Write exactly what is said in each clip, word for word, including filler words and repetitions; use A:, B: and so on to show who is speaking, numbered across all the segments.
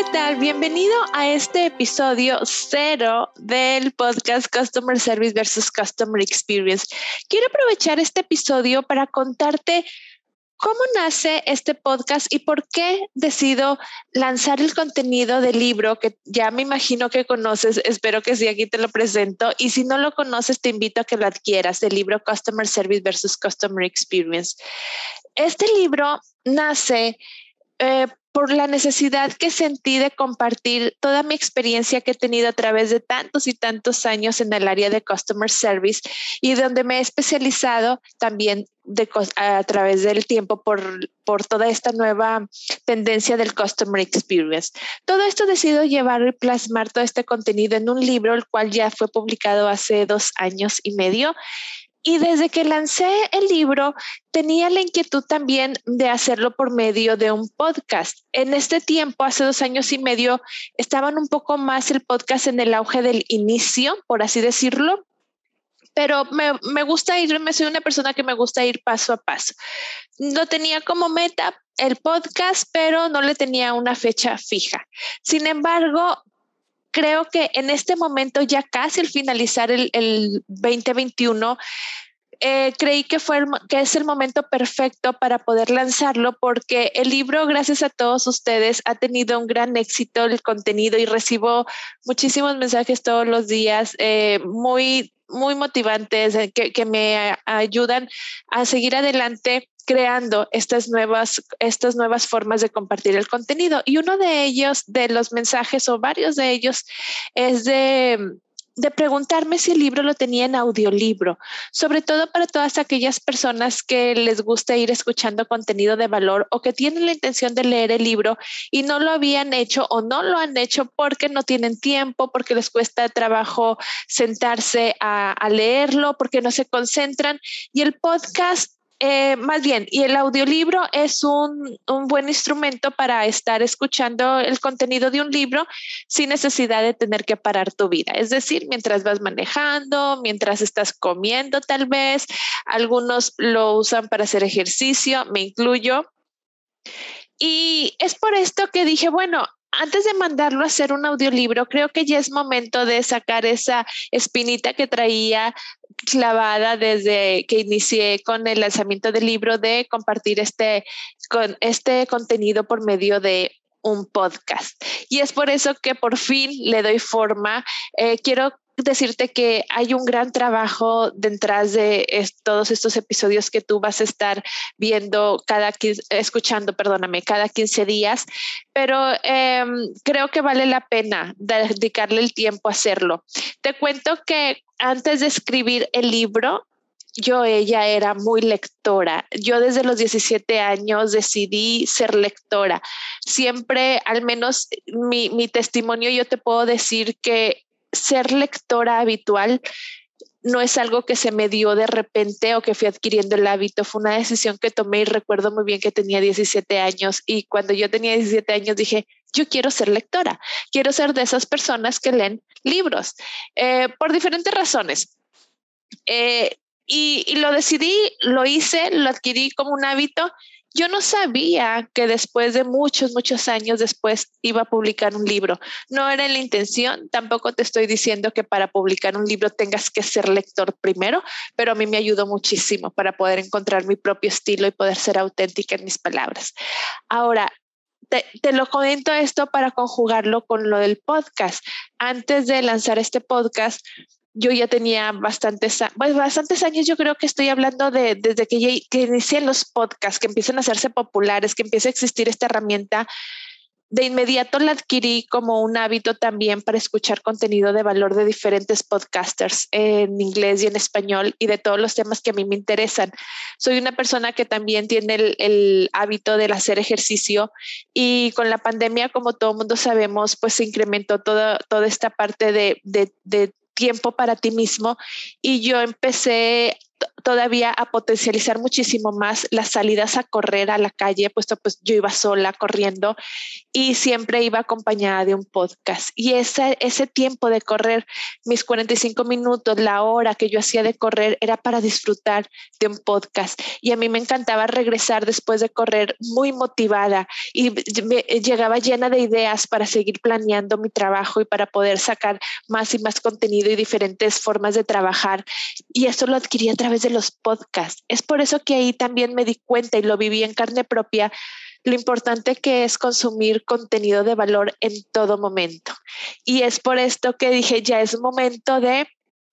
A: ¿qué tal? Bienvenido a este episodio cero del podcast Customer Service versus Customer Experience. Quiero aprovechar este episodio para contarte cómo nace este podcast y por qué decido lanzar el contenido del libro que ya me imagino que conoces. Espero que sí, aquí te lo presento. Y si no lo conoces, te invito a que lo adquieras, el libro Customer Service versus Customer Experience. Este libro nace eh, por la necesidad que sentí de compartir toda mi experiencia que he tenido a través de tantos y tantos años en el área de Customer Service y donde me he especializado también de, a través del tiempo por, por toda esta nueva tendencia del Customer Experience. Todo esto decido llevar y plasmar todo este contenido en un libro, el cual ya fue publicado hace dos años y medio. Y desde que lancé el libro, tenía la inquietud también de hacerlo por medio de un podcast. En este tiempo, hace dos años y medio, estaban un poco más el podcast en el auge del inicio, por así decirlo. Pero me, me gusta ir, me soy una persona que me gusta ir paso a paso. Lo tenía como meta el podcast, pero no le tenía una fecha fija. Sin embargo, creo que en este momento, ya casi al finalizar el, el veinte veintiuno, eh, creí que, fue el, que es el momento perfecto para poder lanzarlo porque el libro, gracias a todos ustedes, ha tenido un gran éxito el contenido y recibo muchísimos mensajes todos los días, eh, muy, muy motivantes, eh, que, que me ayudan a seguir adelante creando estas nuevas, estas nuevas formas de compartir el contenido. Y uno de ellos, de los mensajes o varios de ellos, es de, de preguntarme si el libro lo tenía en audiolibro, sobre todo para todas aquellas personas que les gusta ir escuchando contenido de valor o que tienen la intención de leer el libro y no lo habían hecho o no lo han hecho porque no tienen tiempo, porque les cuesta trabajo sentarse a, a leerlo, porque no se concentran. Y el podcast Eh, más bien, y el audiolibro es un, un buen instrumento para estar escuchando el contenido de un libro sin necesidad de tener que parar tu vida. Es decir, mientras vas manejando, mientras estás comiendo tal vez, algunos lo usan para hacer ejercicio, me incluyo. Y es por esto que dije, bueno, antes de mandarlo a hacer un audiolibro, creo que ya es momento de sacar esa espinita que traía clavada desde que inicié con el lanzamiento del libro, de compartir este, con este contenido por medio de un podcast. Y es por eso que por fin le doy forma. Eh, quiero decirte que hay un gran trabajo detrás de es, todos estos episodios que tú vas a estar viendo cada escuchando, perdóname, cada quince días, pero eh, creo que vale la pena dedicarle el tiempo a hacerlo. Te cuento que antes de escribir el libro, yo ella era muy lectora. Yo desde los diecisiete años decidí ser lectora. Siempre, al menos mi, mi testimonio, yo te puedo decir que ser lectora habitual no es algo que se me dio de repente o que fui adquiriendo el hábito. Fue una decisión que tomé y recuerdo muy bien que tenía diecisiete años y cuando yo tenía diecisiete años dije, yo quiero ser lectora, quiero ser de esas personas que leen libros eh, por diferentes razones. Eh, y, y lo decidí, lo hice, lo adquirí como un hábito. Yo no sabía que después de muchos, muchos años después iba a publicar un libro. No era la intención. Tampoco te estoy diciendo que para publicar un libro tengas que ser lector primero, pero a mí me ayudó muchísimo para poder encontrar mi propio estilo y poder ser auténtica en mis palabras. Ahora, Te, te lo comento esto para conjugarlo con lo del podcast. Antes de lanzar este podcast, yo ya tenía bastantes, pues bastantes años, yo creo que estoy hablando de desde que, ya, que inicié los podcasts, que empiezan a hacerse populares, que empieza a existir esta herramienta. De inmediato la adquirí como un hábito también para escuchar contenido de valor de diferentes podcasters en inglés y en español y de todos los temas que a mí me interesan. Soy una persona que también tiene el, el hábito del hacer ejercicio y con la pandemia, como todo mundo sabemos, pues se incrementó toda, toda esta parte de, de, de tiempo para ti mismo y yo empecé todavía a potencializar muchísimo más las salidas a correr a la calle, puesto pues yo iba sola corriendo y siempre iba acompañada de un podcast. Y ese, ese tiempo de correr, mis cuarenta y cinco minutos, la hora que yo hacía de correr, era para disfrutar de un podcast. Y a mí me encantaba regresar después de correr muy motivada y me, llegaba llena de ideas para seguir planeando mi trabajo y para poder sacar más y más contenido y diferentes formas de trabajar. Y eso lo adquirí a través de los podcasts. Es por eso que ahí también me di cuenta y lo viví en carne propia, lo importante que es consumir contenido de valor en todo momento. Y es por esto que dije, ya es momento de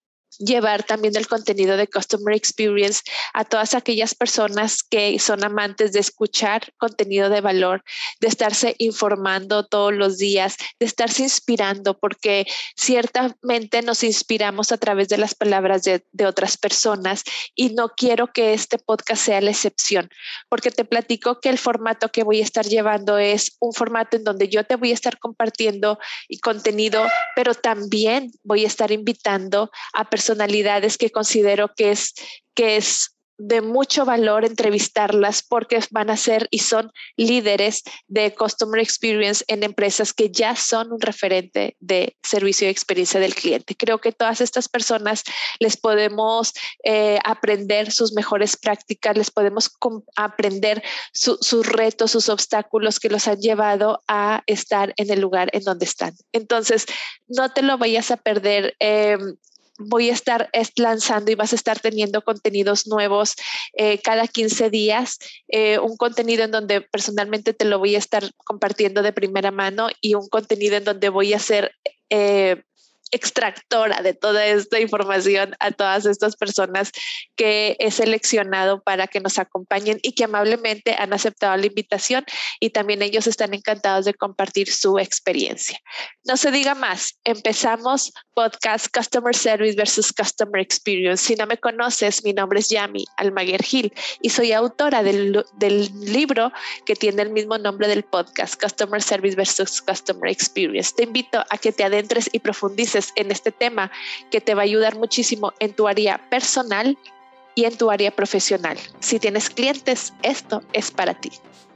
A: llevar también el contenido de Customer Experience a todas aquellas personas que son amantes de escuchar contenido de valor, de estarse informando todos los días, de estarse inspirando, porque ciertamente nos inspiramos a través de las palabras de, de otras personas y no quiero que este podcast sea la excepción, porque te platico que el formato que voy a estar llevando es un formato en donde yo te voy a estar compartiendo contenido, pero también voy a estar invitando a personas personalidades que considero que es, que es de mucho valor entrevistarlas porque van a ser y son líderes de Customer Experience en empresas que ya son un referente de servicio y experiencia del cliente. Creo que todas estas personas les podemos eh, aprender sus mejores prácticas, les podemos aprender su, sus retos, sus obstáculos que los han llevado a estar en el lugar en donde están. Entonces, no te lo vayas a perder. Eh, voy a estar lanzando y vas a estar teniendo contenidos nuevos eh, cada quince días, eh, un contenido en donde personalmente te lo voy a estar compartiendo de primera mano y un contenido en donde voy a ser eh, extractora de toda esta información a todas estas personas que he seleccionado para que nos acompañen y que amablemente han aceptado la invitación y también ellos están encantados de compartir su experiencia. No se diga más, empezamos podcast Customer Service versus Customer Experience. Si no me conoces, mi nombre es Yami Almaguer Gil y soy autora del, del libro que tiene el mismo nombre del podcast, Customer Service versus Customer Experience. Te invito a que te adentres y profundices en este tema que te va a ayudar muchísimo en tu área personal y en tu área profesional. Si tienes clientes, esto es para ti.